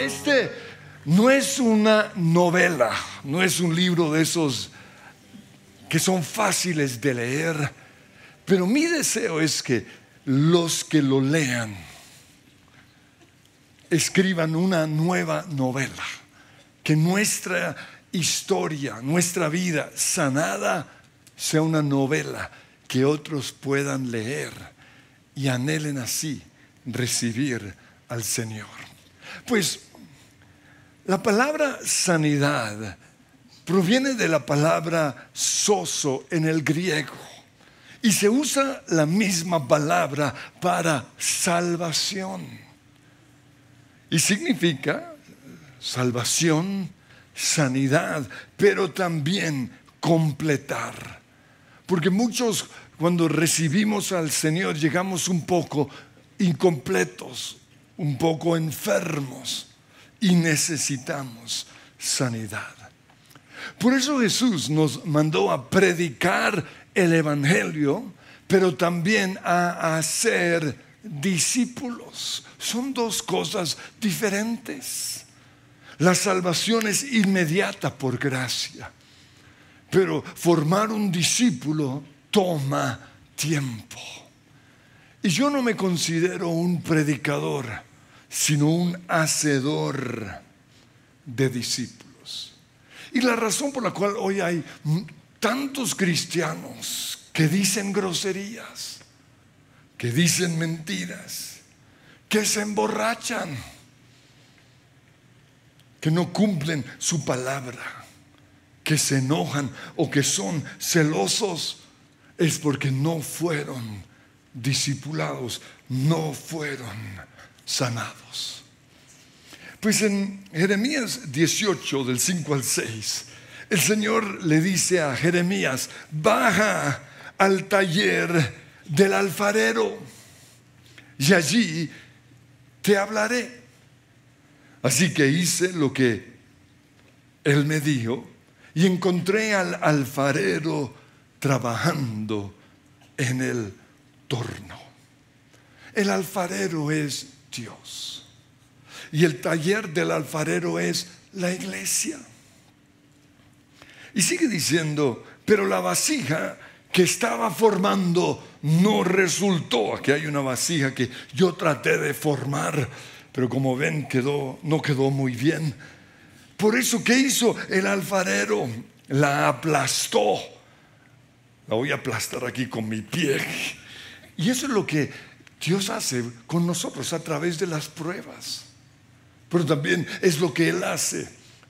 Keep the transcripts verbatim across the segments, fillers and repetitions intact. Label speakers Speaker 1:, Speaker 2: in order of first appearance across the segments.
Speaker 1: este no es una novela, no es un libro de esos que son fáciles de leer, pero mi deseo es que los que lo lean escriban una nueva novela, que nuestra historia, nuestra vida sanada sea una novela que otros puedan leer y anhelen así recibir al Señor. Pues la palabra sanidad proviene de la palabra sozo en el griego y se usa la misma palabra para salvación y significa salvación, sanidad, pero también completar, porque muchos cuando recibimos al Señor llegamos un poco incompletos, un poco enfermos y necesitamos sanidad. Por eso Jesús nos mandó a predicar el Evangelio, pero también a hacer discípulos. Son dos cosas diferentes. La salvación es inmediata por gracia, pero formar un discípulo toma tiempo. Y yo no me considero un predicador, sino un hacedor de discípulos. Y la razón por la cual hoy hay tantos cristianos que dicen groserías, que dicen mentiras, que se emborrachan, que no cumplen su palabra, que se enojan o que son celosos, es porque no fueron discipulados, no fueron sanados. Pues en Jeremías dieciocho, del cinco al seis, el Señor le dice a Jeremías: baja al taller del alfarero y allí te hablaré. Así que hice lo que él me dijo y encontré al alfarero trabajando en el torno. El alfarero es Dios y el taller del alfarero es la iglesia. Y sigue diciendo: pero la vasija que estaba formando no resultó. Aquí hay una vasija que yo traté de formar, pero como ven quedó, no quedó muy bien. Por eso, ¿qué hizo el alfarero? La aplastó. La voy a aplastar aquí con mi pie. Y eso es lo que Dios hace con nosotros a través de las pruebas. Pero también es lo que Él hace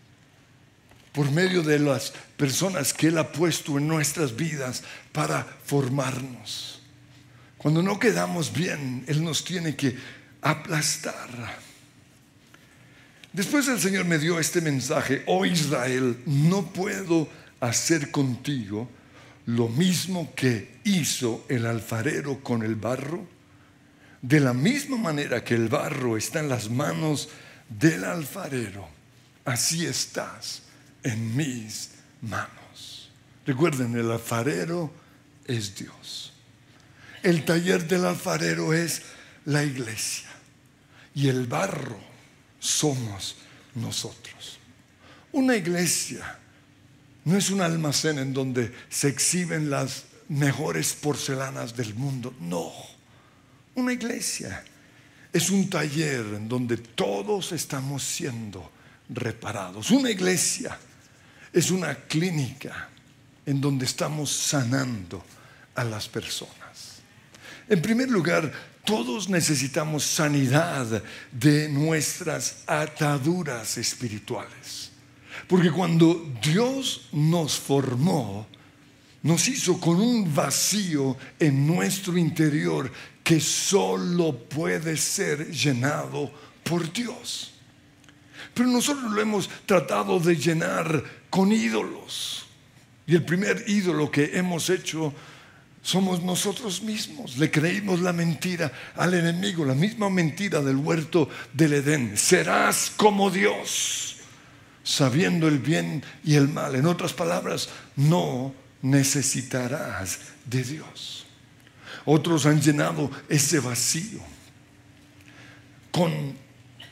Speaker 1: por medio de las personas que Él ha puesto en nuestras vidas para formarnos. Cuando no quedamos bien, Él nos tiene que aplastar. Después el Señor me dio este mensaje: oh Israel, no puedo hacer contigo lo mismo que hizo el alfarero con el barro. De la misma manera que el barro está en las manos del alfarero, así estás en mis manos. Recuerden, el alfarero es Dios. El taller del alfarero es la iglesia. Y el barro somos nosotros. Una iglesia no es un almacén en donde se exhiben las mejores porcelanas del mundo. No. Una iglesia es un taller en donde todos estamos siendo reparados. Una iglesia es una clínica en donde estamos sanando a las personas. En primer lugar, todos necesitamos sanidad de nuestras ataduras espirituales. Porque cuando Dios nos formó, nos hizo con un vacío en nuestro interior que solo puede ser llenado por Dios. Pero nosotros lo hemos tratado de llenar con ídolos. Y el primer ídolo que hemos hecho somos nosotros mismos. Le creímos la mentira al enemigo, la misma mentira del huerto del Edén: serás como Dios, sabiendo el bien y el mal. En otras palabras, no necesitarás de Dios. Otros han llenado ese vacío con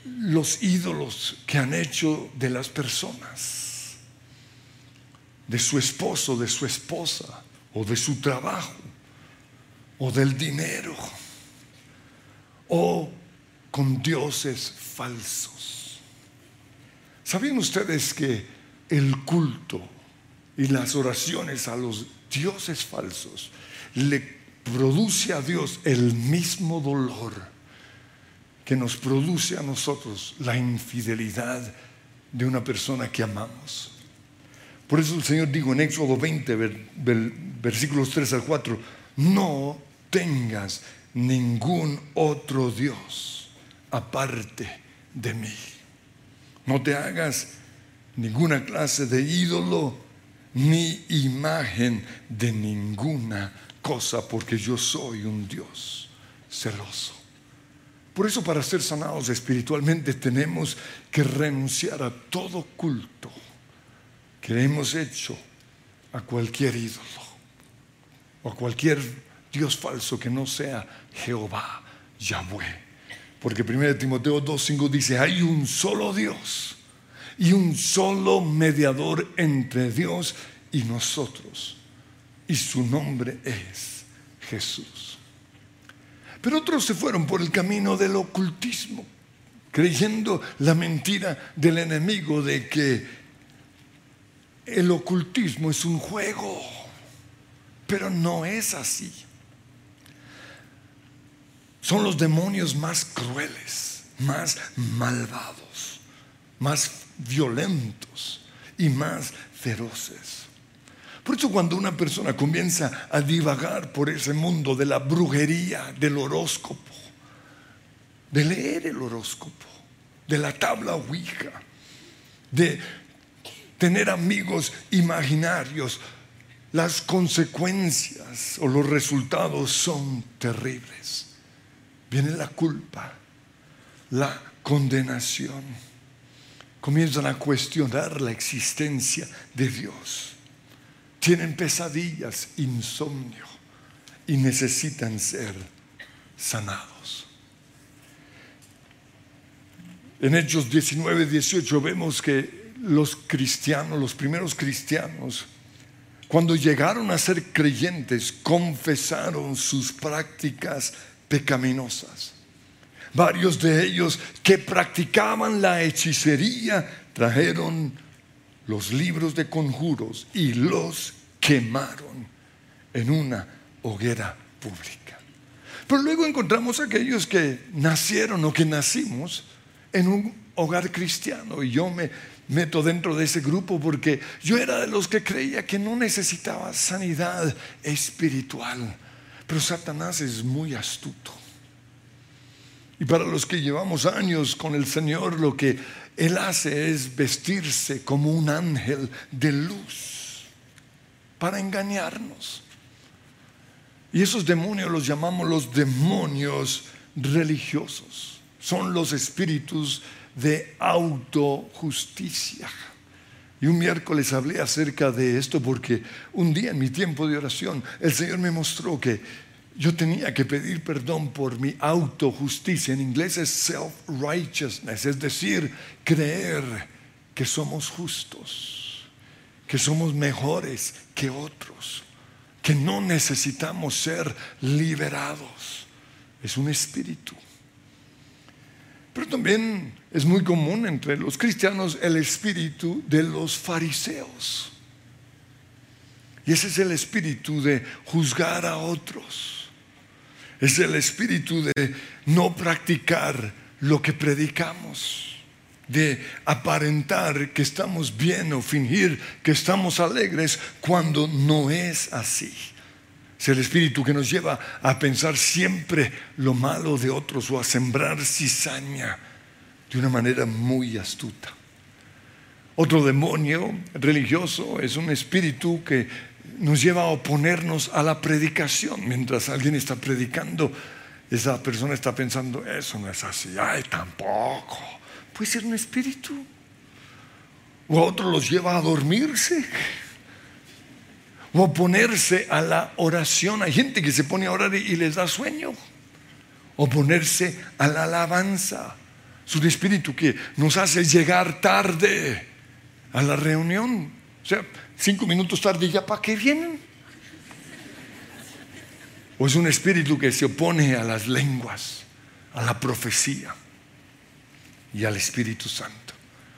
Speaker 1: los ídolos que han hecho de las personas, de su esposo, de su esposa, o de su trabajo, o del dinero, o con dioses falsos. ¿Sabían ustedes que el culto y las oraciones a los dioses falsos le produce a Dios el mismo dolor que nos produce a nosotros la infidelidad de una persona que amamos? Por eso el Señor dijo en Éxodo veinte, versículos tres al cuatro: no tengas ningún otro Dios aparte de mí. No te hagas ninguna clase de ídolo ni imagen de ninguna cosa, porque yo soy un Dios celoso. Por eso, para ser sanados espiritualmente, tenemos que renunciar a todo culto que hemos hecho a cualquier ídolo o a cualquier Dios falso que no sea Jehová, Yahweh. Porque primero Timoteo dos cinco dice: hay un solo Dios y un solo mediador entre Dios y nosotros, y su nombre es Jesús. Pero otros se fueron por el camino del ocultismo, creyendo la mentira del enemigo de que el ocultismo es un juego. Pero no es así. Son los demonios más crueles, más malvados, más violentos y más feroces. Por eso, cuando una persona comienza a divagar por ese mundo de la brujería, del horóscopo, de leer el horóscopo, de la tabla Ouija, de tener amigos imaginarios, las consecuencias o los resultados son terribles. Viene la culpa, la condenación. Comienzan a cuestionar la existencia de Dios. Tienen pesadillas, insomnio, y necesitan ser sanados. En Hechos diecinueve dieciocho vemos que los cristianos, los primeros cristianos, cuando llegaron a ser creyentes, confesaron sus prácticas pecaminosas. Varios de ellos que practicaban la hechicería trajeron los libros de conjuros y los quemaron en una hoguera pública. Pero luego encontramos a aquellos que nacieron o que nacimos en un hogar cristiano, y yo me meto dentro de ese grupo porque yo era de los que creía que no necesitaba sanidad espiritual. Pero Satanás es muy astuto, y para los que llevamos años con el Señor, lo que Él hace es vestirse como un ángel de luz para engañarnos. Y esos demonios los llamamos los demonios religiosos. Son los espíritus de autojusticia. Y un miércoles hablé acerca de esto porque un día en mi tiempo de oración el Señor me mostró que yo tenía que pedir perdón por mi autojusticia. En inglés es self-righteousness, es decir, creer que somos justos, que somos mejores que otros, que no necesitamos ser liberados. Es un espíritu. Pero también es muy común entre los cristianos el espíritu de los fariseos. Y ese es el espíritu de juzgar a otros. Es el espíritu de no practicar lo que predicamos, de aparentar que estamos bien o fingir que estamos alegres cuando no es así. Es el espíritu que nos lleva a pensar siempre lo malo de otros o a sembrar cizaña de una manera muy astuta. Otro demonio religioso es un espíritu que nos lleva a oponernos a la predicación. Mientras alguien está predicando, esa persona está pensando: eso no es así, ay, tampoco. Puede ser un espíritu. O a otro los lleva a dormirse o a oponerse a la oración. Hay gente que se pone a orar y les da sueño. Oponerse a la alabanza. Es un espíritu que nos hace llegar tarde a la reunión. O sea, cinco minutos tarde, ¿ya para qué vienen? O es un espíritu que se opone a las lenguas, a la profecía y al Espíritu Santo.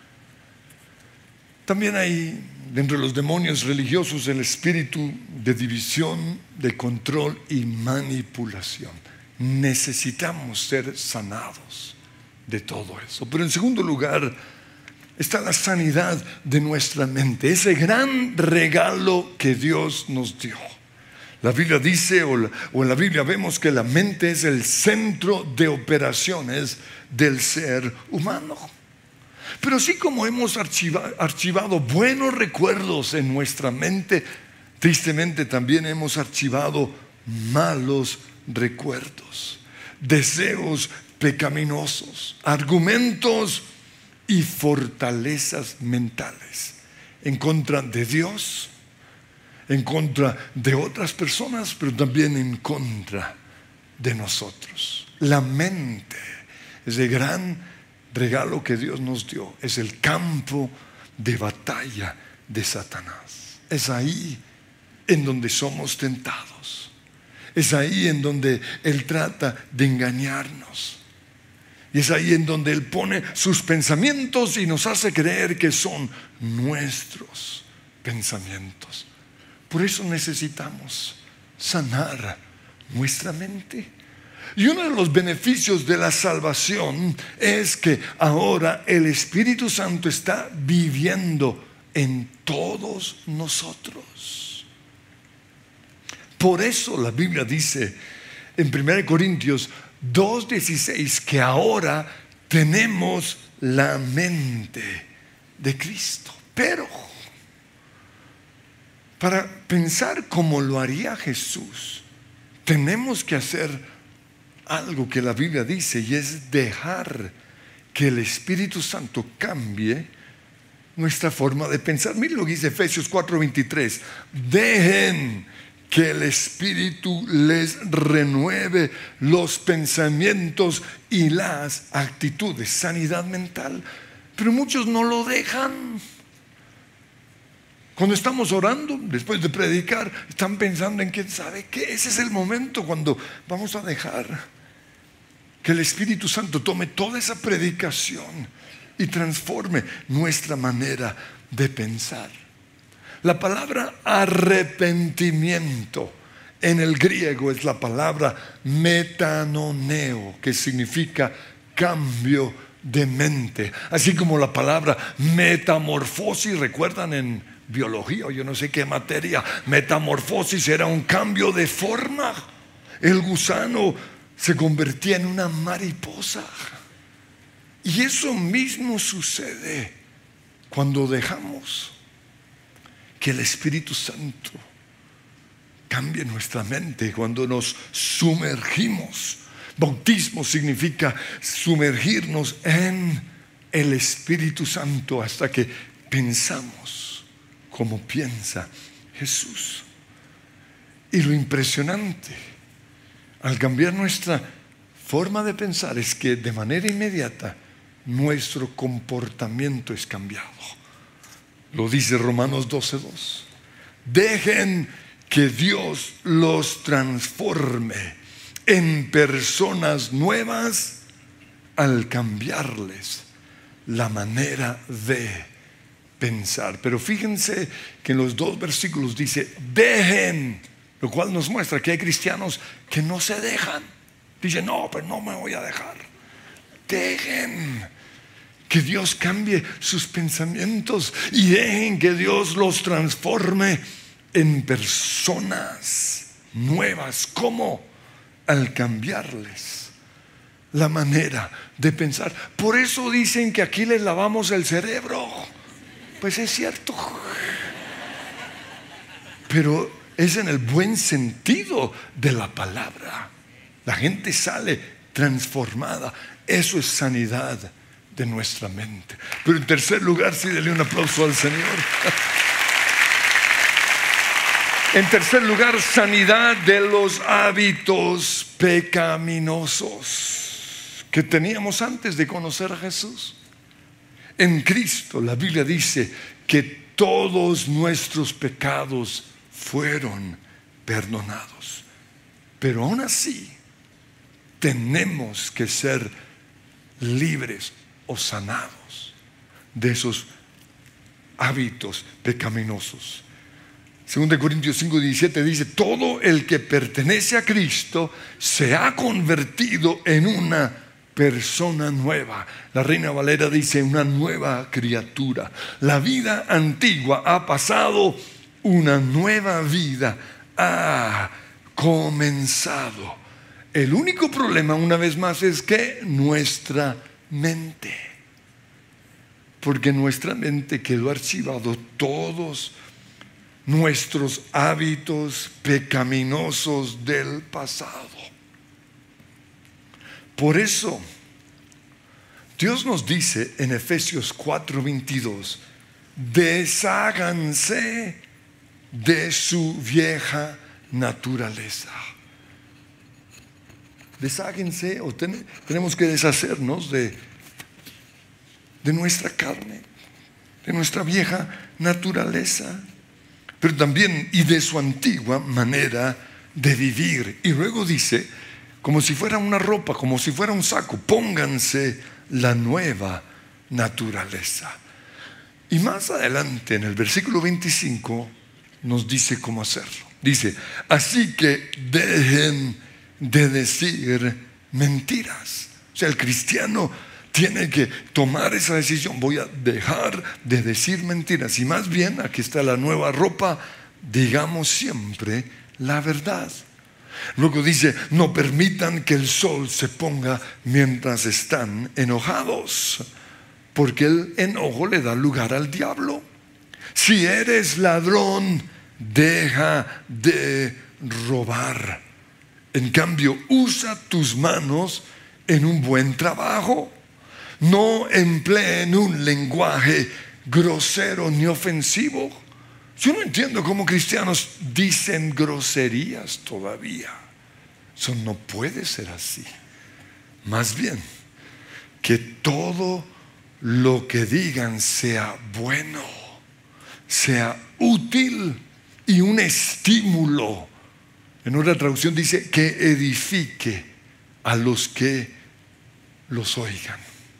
Speaker 1: También hay dentro de los demonios religiosos el espíritu de división, de control y manipulación. Necesitamos ser sanados de todo eso. Pero en segundo lugar está la sanidad de nuestra mente, ese gran regalo que Dios nos dio. La Biblia dice, o, la, o en la Biblia vemos que la mente es el centro de operaciones del ser humano. Pero así como hemos archiva, archivado buenos recuerdos en nuestra mente, tristemente también hemos archivado malos recuerdos, deseos pecaminosos, argumentos y fortalezas mentales en contra de Dios, en contra de otras personas, pero también en contra de nosotros. La mente es el gran regalo que Dios nos dio, es el campo de batalla de Satanás. Es ahí en donde somos tentados, es ahí en donde Él trata de engañarnos, y es ahí en donde Él pone sus pensamientos y nos hace creer que son nuestros pensamientos. Por eso necesitamos sanar nuestra mente. Y uno de los beneficios de la salvación es que ahora el Espíritu Santo está viviendo en todos nosotros. Por eso la Biblia dice en primera Corintios dos dieciséis que ahora tenemos la mente de Cristo. Pero para pensar como lo haría Jesús, tenemos que hacer algo que la Biblia dice, y es dejar que el Espíritu Santo cambie nuestra forma de pensar. Miren lo que dice Efesios cuatro veintitrés: dejen que el Espíritu les renueve los pensamientos y las actitudes. Sanidad mental. Pero muchos no lo dejan. Cuando estamos orando, después de predicar, están pensando en quién sabe qué. Ese es el momento cuando vamos a dejar que el Espíritu Santo tome toda esa predicación y transforme nuestra manera de pensar. La palabra arrepentimiento en el griego es la palabra metanoneo, que significa cambio de mente. Así como la palabra metamorfosis, recuerdan en biología o yo no sé qué materia, metamorfosis era un cambio de forma. El gusano se convertía en una mariposa. Y eso mismo sucede cuando dejamos que el Espíritu Santo cambie nuestra mente, cuando nos sumergimos. Bautismo significa sumergirnos en el Espíritu Santo hasta que pensamos como piensa Jesús. Y lo impresionante al cambiar nuestra forma de pensar es que de manera inmediata nuestro comportamiento es cambiado. Lo dice Romanos doce dos. Dejen que Dios los transforme en personas nuevas al cambiarles la manera de pensar. Pero fíjense que en los dos versículos dice dejen, lo cual nos muestra que hay cristianos que no se dejan. Dicen, no, pero no me voy a dejar. Dejen que Dios cambie sus pensamientos y dejen que Dios los transforme en personas nuevas. ¿Cómo? Al cambiarles la manera de pensar. Por eso dicen que aquí les lavamos el cerebro. Pues es cierto, pero es en el buen sentido de la palabra. La gente sale transformada. Eso es sanidad de nuestra mente. Pero en tercer lugar, sí, denle un aplauso al Señor. En tercer lugar, sanidad de los hábitos pecaminosos. que teníamos antes de conocer a Jesús. En Cristo, la Biblia dice que todos nuestros pecados fueron perdonados. Pero aún así, tenemos que ser libres o sanados de esos hábitos pecaminosos. Segunda Corintios cinco diecisiete dice: todo el que pertenece a Cristo se ha convertido en una persona nueva. La Reina Valera dice: una nueva criatura. La vida antigua ha pasado, una nueva vida ha comenzado. El único problema, una vez más, es que nuestra mente, porque nuestra mente quedó archivado todos nuestros hábitos pecaminosos del pasado. Por eso Dios nos dice en Efesios cuatro veintidós: desháganse de su vieja naturaleza. Desháganse, o ten, tenemos que deshacernos de, de nuestra carne, de nuestra vieja naturaleza, pero también y de su antigua manera de vivir. Y luego dice, como si fuera una ropa, como si fuera un saco: pónganse la nueva naturaleza. Y más adelante, en el versículo veinticinco, nos dice cómo hacerlo. Dice: así que dejen de decir mentiras. O sea, el cristiano tiene que tomar esa decisión: voy a dejar de decir mentiras, y más bien, aquí está la nueva ropa, digamos siempre la verdad. Luego dice: no permitan que el sol se ponga mientras están enojados, porque el enojo le da lugar al diablo. Si eres ladrón, deja de robar. En cambio, usa tus manos en un buen trabajo. No empleen un lenguaje grosero ni ofensivo. Yo no entiendo cómo cristianos dicen groserías todavía. Eso no puede ser así. Más bien, que todo lo que digan sea bueno, sea útil y un estímulo. En otra traducción dice que edifique a los que los oigan.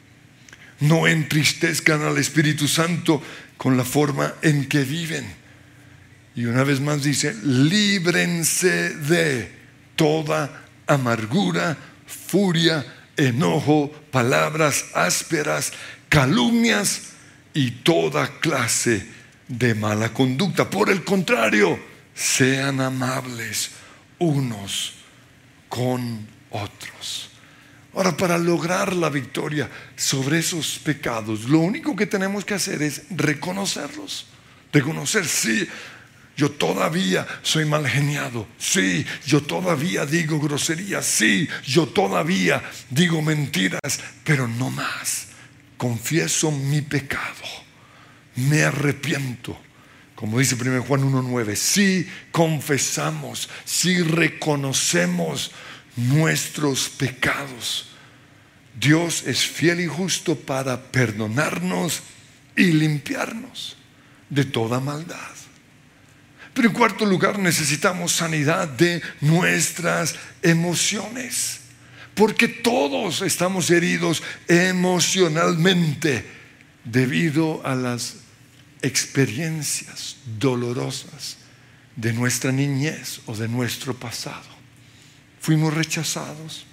Speaker 1: No entristezcan al Espíritu Santo con la forma en que viven. Y una vez más dice: líbrense de toda amargura, furia, enojo, palabras ásperas, calumnias y toda clase de mala conducta. Por el contrario, sean amables unos con otros. Ahora, para lograr la victoria sobre esos pecados, lo único que tenemos que hacer es reconocerlos. Reconocer: sí, yo todavía soy mal geniado. Sí, yo todavía digo groserías. Sí, yo todavía digo mentiras, pero no más. Confieso mi pecado, me arrepiento. Como dice primera Juan uno nueve, si confesamos, si reconocemos nuestros pecados, Dios es fiel y justo para perdonarnos y limpiarnos de toda maldad. Pero en cuarto lugar, necesitamos sanidad de nuestras emociones, porque todos estamos heridos emocionalmente debido a las experiencias dolorosas de nuestra niñez o de nuestro pasado. Fuimos rechazados,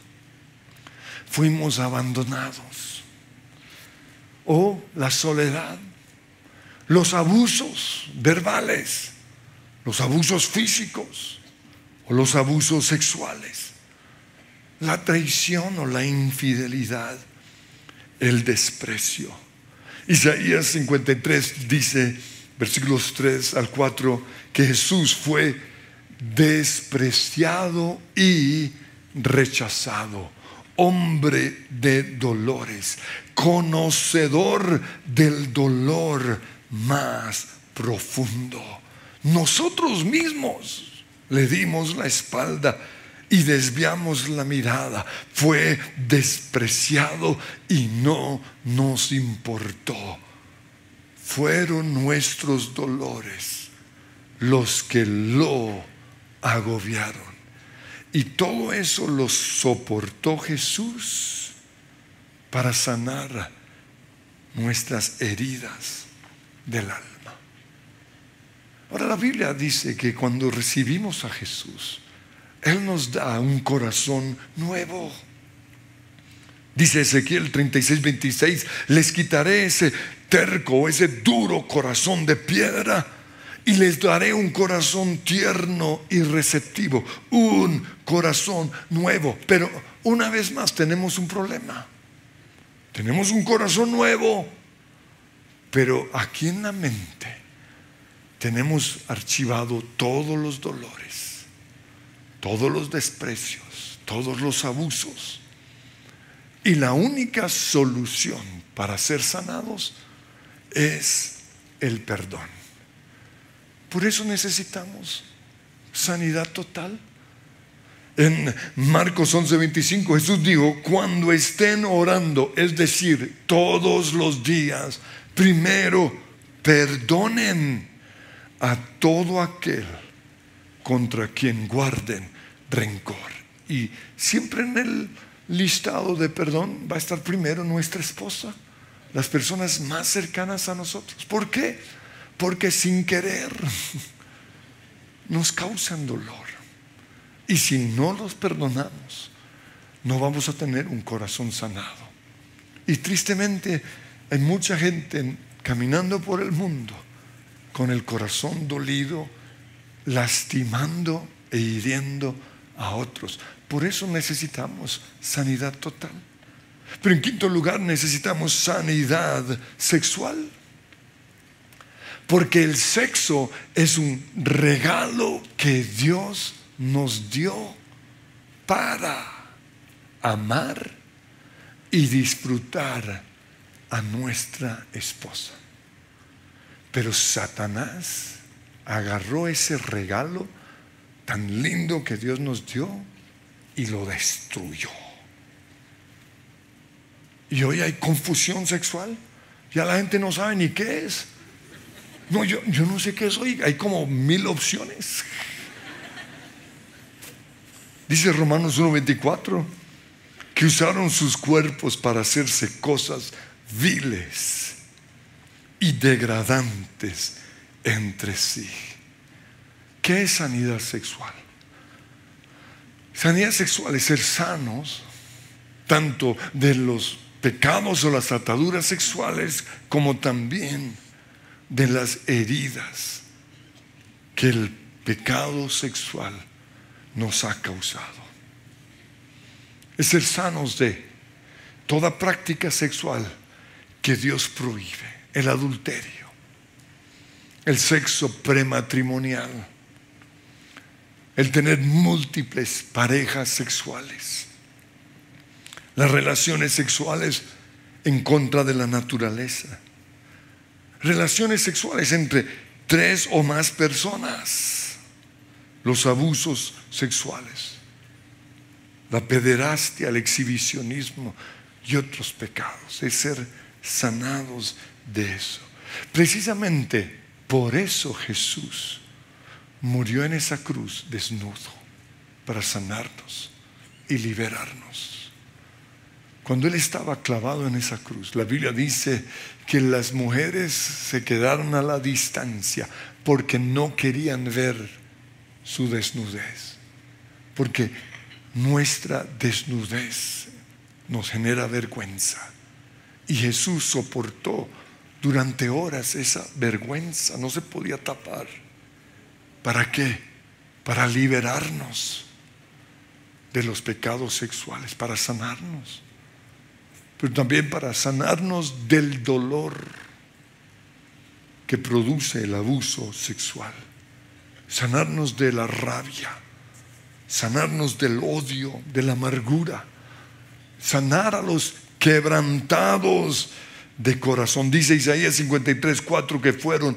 Speaker 1: fuimos abandonados, o la soledad, los abusos verbales, los abusos físicos o los abusos sexuales, la traición o la infidelidad, el desprecio. Isaías cincuenta y tres dice, versículos tres al cuatro, que Jesús fue despreciado y rechazado, hombre de dolores, conocedor del dolor más profundo. Nosotros mismos le dimos la espalda y desviamos la mirada. Fue despreciado y no nos importó. Fueron nuestros dolores los que lo agobiaron. Y todo eso lo soportó Jesús para sanar nuestras heridas del alma. Ahora la Biblia dice que cuando recibimos a Jesús, Él nos da un corazón nuevo. Dice Ezequiel treinta y seis, veintiséis: les quitaré ese terco, ese duro corazón de piedra, y les daré un corazón tierno y receptivo, un corazón nuevo. Pero una vez más tenemos un problema. Tenemos un corazón nuevo, pero aquí en la mente tenemos archivado todos los dolores, todos los desprecios, todos los abusos. Y la única solución para ser sanados es el perdón. Por eso necesitamos sanidad total. En Marcos once, veinticinco, Jesús dijo: cuando estén orando, es decir, todos los días, primero perdonen a todo aquel contra quien guarden rencor. Y siempre en el listado de perdón va a estar primero nuestra esposa, las personas más cercanas a nosotros. ¿Por qué? Porque sin querer nos causan dolor. Y si no los perdonamos, no vamos a tener un corazón sanado. Y tristemente hay mucha gente caminando por el mundo con el corazón dolido, lastimando e hiriendo a otros. Por eso necesitamos sanidad total. Pero en quinto lugar, necesitamos sanidad sexual. Porque el sexo es un regalo que Dios nos dio para amar y disfrutar a nuestra esposa. Pero Satanás agarró ese regalo tan lindo que Dios nos dio y lo destruyó. Y hoy hay confusión sexual. Ya la gente no sabe ni qué es. No, yo, yo no sé qué es hoy. Hay como mil opciones. Dice Romanos uno veinticuatro que usaron sus cuerpos para hacerse cosas viles y degradantes entre sí. ¿Qué es sanidad sexual? Sanidad sexual es ser sanos tanto de los pecados o las ataduras sexuales como también de las heridas que el pecado sexual nos ha causado. Es ser sanos de toda práctica sexual que Dios prohíbe: el adulterio, el sexo prematrimonial, el tener múltiples parejas sexuales, las relaciones sexuales en contra de la naturaleza, relaciones sexuales entre tres o más personas, los abusos sexuales, la pederastia, el exhibicionismo y otros pecados. Es ser sanados de eso. Precisamente por eso Jesús murió en esa cruz desnudo, para sanarnos y liberarnos. Cuando Él estaba clavado en esa cruz, la Biblia dice que las mujeres se quedaron a la distancia porque no querían ver su desnudez, porque nuestra desnudez nos genera vergüenza. Y Jesús soportó durante horas esa vergüenza, no se podía tapar. ¿Para qué? Para liberarnos de los pecados sexuales, para sanarnos, pero también para sanarnos del dolor que produce el abuso sexual, sanarnos de la rabia, sanarnos del odio, de la amargura, sanar a los quebrantados de corazón. Dice Isaías cincuenta y tres, cuatro que fueron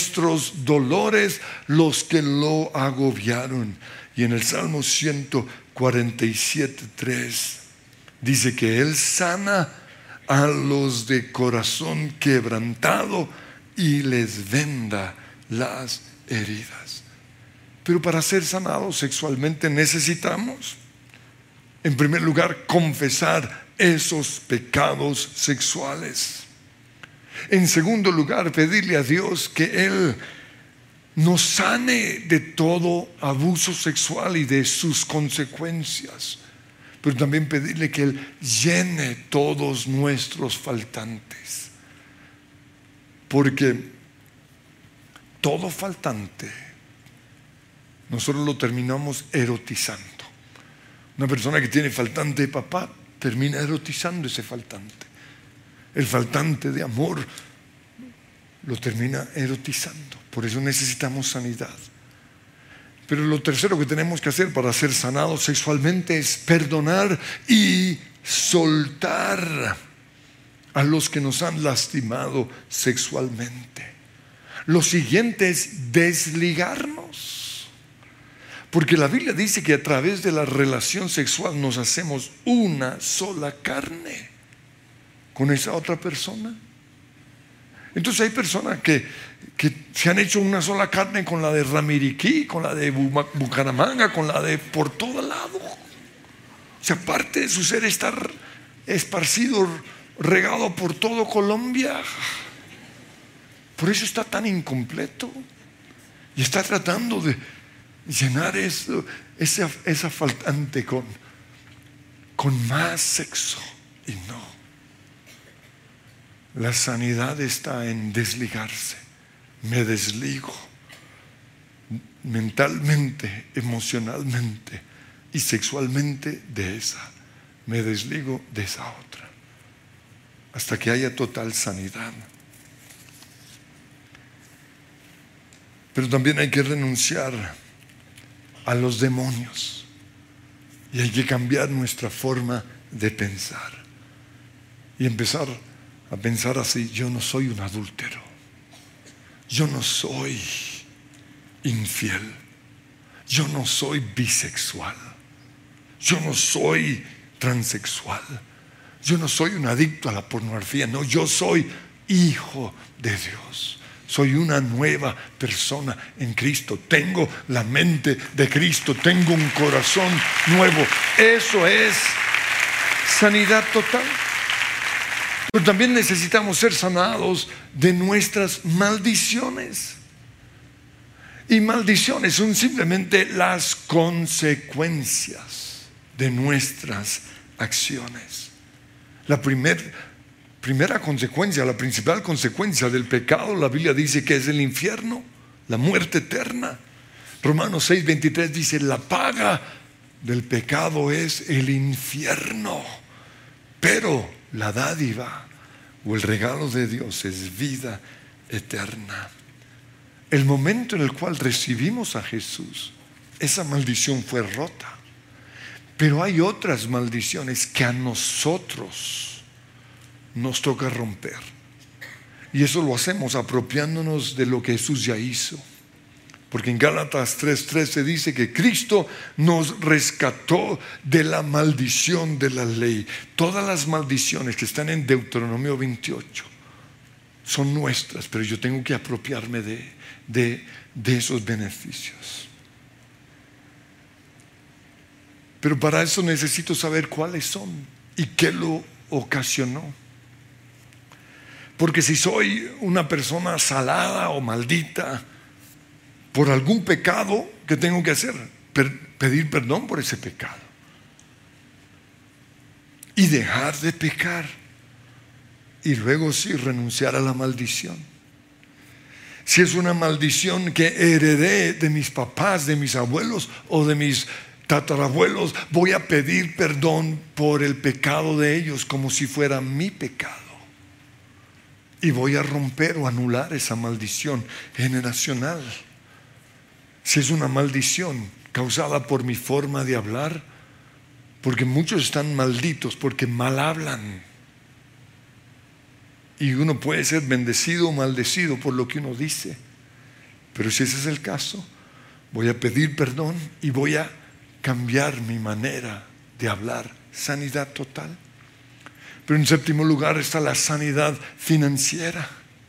Speaker 1: nuestros dolores los que lo agobiaron. Y en el Salmo ciento cuarenta y siete, tres dice que Él sana a los de corazón quebrantado y les venda las heridas. Pero para ser sanados sexualmente necesitamos, en primer lugar, confesar esos pecados sexuales. En segundo lugar, pedirle a Dios que Él nos sane de todo abuso sexual y de sus consecuencias. Pero también pedirle que Él llene todos nuestros faltantes. Porque todo faltante nosotros lo terminamos erotizando. Una persona que tiene faltante de papá termina erotizando ese faltante. El faltante de amor lo termina erotizando. Por eso necesitamos sanidad. Pero lo tercero que tenemos que hacer para ser sanados sexualmente es perdonar y soltar a los que nos han lastimado sexualmente. Lo siguiente es desligarnos. Porque la Biblia dice que a través de la relación sexual nos hacemos una sola carne con esa otra persona. Entonces hay personas que, que se han hecho una sola carne con la de Ramiriquí, con la de Bucaramanga, con la de por todo lado. O sea, parte de su ser estar esparcido, regado por todo Colombia. Por eso está tan incompleto. Y está tratando de llenar eso, esa, esa faltante con, con más sexo. Y no. La sanidad está en desligarse. Me desligo mentalmente, emocionalmente y sexualmente de esa. Me desligo de esa otra. Hasta que haya total sanidad. Pero también hay que renunciar a los demonios. Y hay que cambiar nuestra forma de pensar. Y empezar a pensar así: yo no soy un adúltero, yo no soy infiel, yo no soy bisexual, yo no soy transexual, yo no soy un adicto a la pornografía. No, yo soy hijo de Dios. Soy una nueva persona en Cristo. Tengo la mente de Cristo, tengo un corazón nuevo. Eso es sanidad total. Pero también necesitamos ser sanados de nuestras maldiciones. Y maldiciones son simplemente las consecuencias de nuestras acciones. La primer, primera consecuencia, la principal consecuencia del pecado, la Biblia dice que es el infierno, la muerte eterna. Romanos seis veintitrés dice: la paga del pecado es el infierno, pero la dádiva o el regalo de Dios es vida eterna. El momento en el cual recibimos a Jesús, esa maldición fue rota. Pero hay otras maldiciones que a nosotros nos toca romper. Y eso lo hacemos apropiándonos de lo que Jesús ya hizo. Porque en Gálatas tres trece dice que Cristo nos rescató de la maldición de la ley. Todas las maldiciones que están en Deuteronomio veintiocho son nuestras, pero yo tengo que apropiarme de, de, de esos beneficios. Pero para eso necesito saber cuáles son y qué lo ocasionó. Porque si soy una persona salada o maldita por algún pecado, ¿qué tengo que hacer? Pedir perdón por ese pecado y dejar de pecar, y luego sí renunciar a la maldición. Si es una maldición que heredé de mis papás, de mis abuelos o de mis tatarabuelos, voy a pedir perdón por el pecado de ellos como si fuera mi pecado, y voy a romper o anular esa maldición generacional. Si es una maldición causada por mi forma de hablar, porque muchos están malditos porque mal hablan, y uno puede ser bendecido o maldecido por lo que uno dice. Pero si ese es el caso, voy a pedir perdón y voy a cambiar mi manera de hablar. Sanidad total. Pero en séptimo lugar está la sanidad financiera.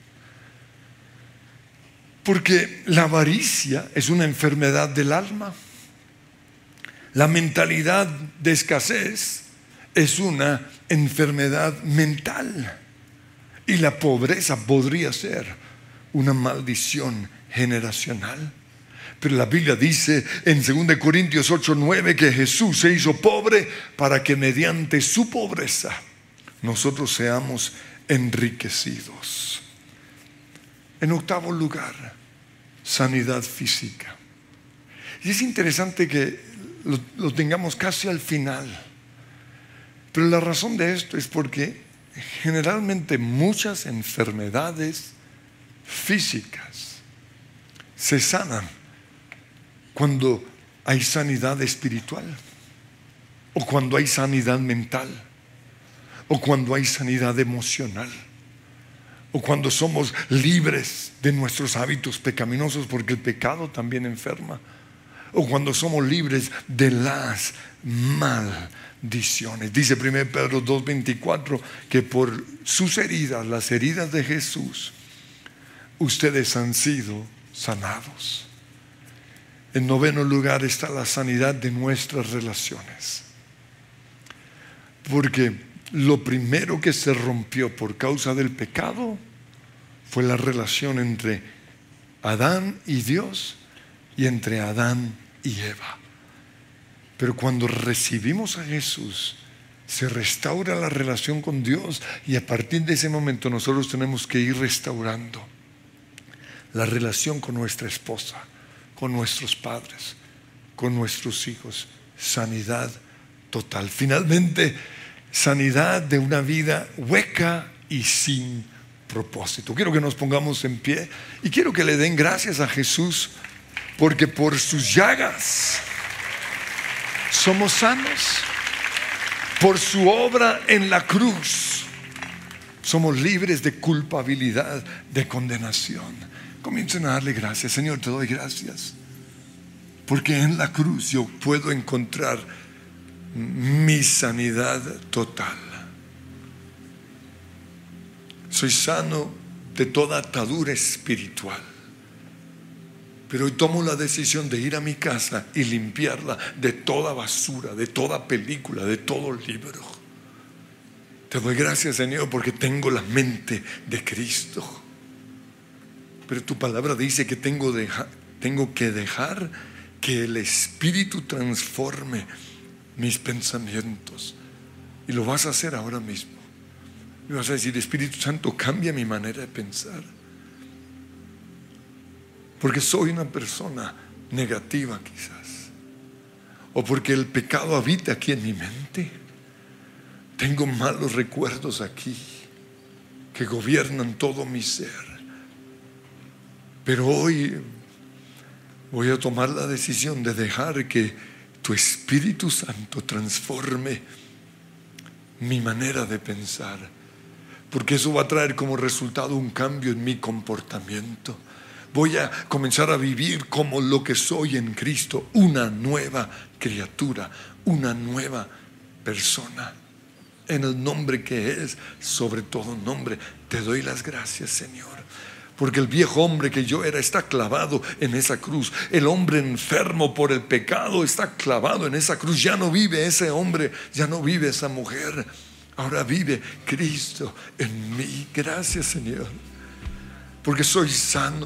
Speaker 1: Porque la avaricia es una enfermedad del alma. La mentalidad de escasez es una enfermedad mental. Y la pobreza podría ser una maldición generacional. Pero la Biblia dice en segunda Corintios ocho nueve que Jesús se hizo pobre para que mediante su pobreza nosotros seamos enriquecidos. En octavo lugar, sanidad física. Y es interesante que lo, lo tengamos casi al final. Pero la razón de esto es porque generalmente muchas enfermedades físicas se sanan cuando hay sanidad espiritual, o cuando hay sanidad mental, o cuando hay sanidad emocional, o cuando somos libres de nuestros hábitos pecaminosos, porque el pecado también enferma, o cuando somos libres de las maldiciones. Dice primero Pedro dos veinticuatro que por sus heridas, las heridas de Jesús, ustedes han sido sanados. En noveno lugar está la sanidad de nuestras relaciones. Porque lo primero que se rompió por causa del pecado fue la relación entre Adán y Dios y entre Adán y Eva. Pero cuando recibimos a Jesús, se restaura la relación con Dios, y a partir de ese momento nosotros tenemos que ir restaurando la relación con nuestra esposa, con nuestros padres, con nuestros hijos. Sanidad total. Finalmente, sanidad de una vida hueca y sin propósito. Quiero que nos pongamos en pie y quiero que le den gracias a Jesús, porque por sus llagas somos sanos. Por su obra en la cruz somos libres de culpabilidad, de condenación. Comiencen a darle gracias. Señor, te doy gracias porque en la cruz yo puedo encontrar mi sanidad total. Soy sano de toda atadura espiritual, pero hoy tomo la decisión de ir a mi casa y limpiarla de toda basura, de toda película, de todo libro. Te doy gracias, Señor, porque tengo la mente de Cristo. Pero tu palabra dice que tengo, deja, tengo que dejar que el Espíritu transforme mis pensamientos. Y lo vas a hacer ahora mismo. Y vas a decir: Espíritu Santo, cambia mi manera de pensar. Porque soy una persona negativa quizás. O porque el pecado habita aquí en mi mente. Tengo malos recuerdos aquí que gobiernan todo mi ser. Pero hoy voy a tomar la decisión de dejar que tu Espíritu Santo transforme mi manera de pensar, porque eso va a traer como resultado un cambio en mi comportamiento. Voy a comenzar a vivir como lo que soy en Cristo, una nueva criatura, una nueva persona, en el nombre que es sobre todo nombre. Te doy las gracias, Señor, porque el viejo hombre que yo era está clavado en esa cruz. El hombre enfermo por el pecado está clavado en esa cruz. Ya no vive ese hombre, ya no vive esa mujer. Ahora vive Cristo en mí. Gracias, Señor, porque soy sano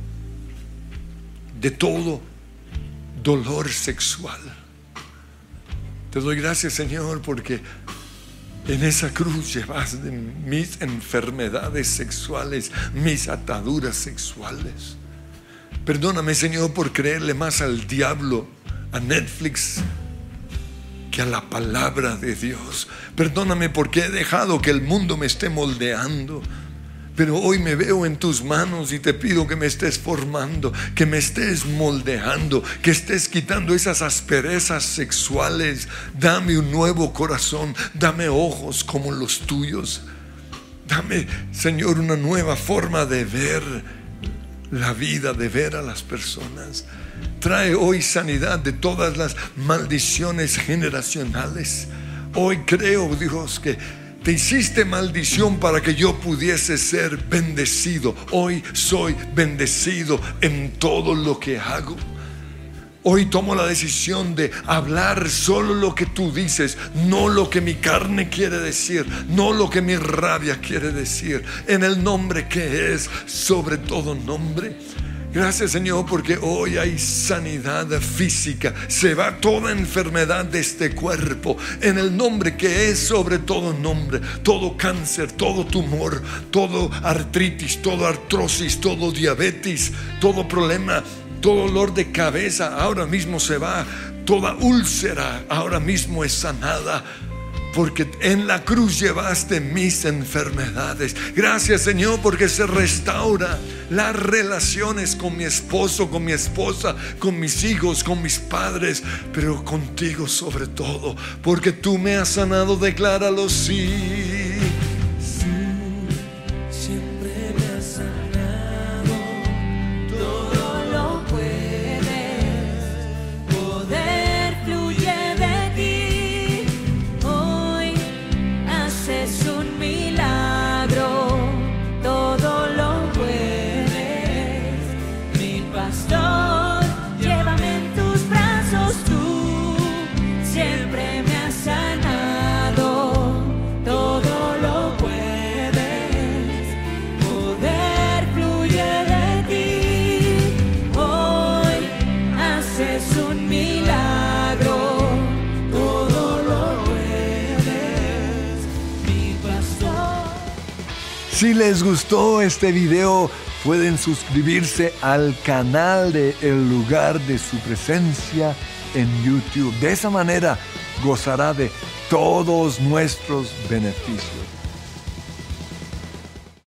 Speaker 1: de todo dolor sexual. Te doy gracias, Señor, porque en esa cruz llevaste mis enfermedades sexuales, mis ataduras sexuales. Perdóname, Señor, por creerle más al diablo, a Netflix, que a la palabra de Dios. Perdóname porque he dejado que el mundo me esté moldeando. Pero hoy me veo en tus manos y te pido que me estés formando, que me estés moldeando, que estés quitando esas asperezas sexuales. Dame un nuevo corazón, dame ojos como los tuyos. Dame, Señor, una nueva forma de ver la vida de ver a las personas. Trae hoy sanidad de todas las maldiciones generacionales. Hoy creo, Dios, que te hiciste maldición para que yo pudiese ser bendecido. Hoy soy bendecido en todo lo que hago. Hoy tomo la decisión de hablar solo lo que tú dices, no lo que mi carne quiere decir, no lo que mi rabia quiere decir, en el nombre que es sobre todo nombre. Gracias, Señor, porque hoy hay sanidad física. Se va toda enfermedad de este cuerpo en el nombre que es sobre todo nombre. Todo cáncer, todo tumor, todo artritis, todo artrosis, todo diabetes, todo problema, todo dolor de cabeza ahora mismo se va. Toda úlcera ahora mismo es sanada, porque en la cruz llevaste mis enfermedades. Gracias, Señor, porque se restaura las relaciones con mi esposo, con mi esposa, con mis hijos, con mis padres, pero contigo sobre todo, porque tú me has sanado. Decláralo, sí. Si les gustó este video, pueden suscribirse al canal de El Lugar de Su Presencia en YouTube. De esa manera gozará de todos nuestros beneficios.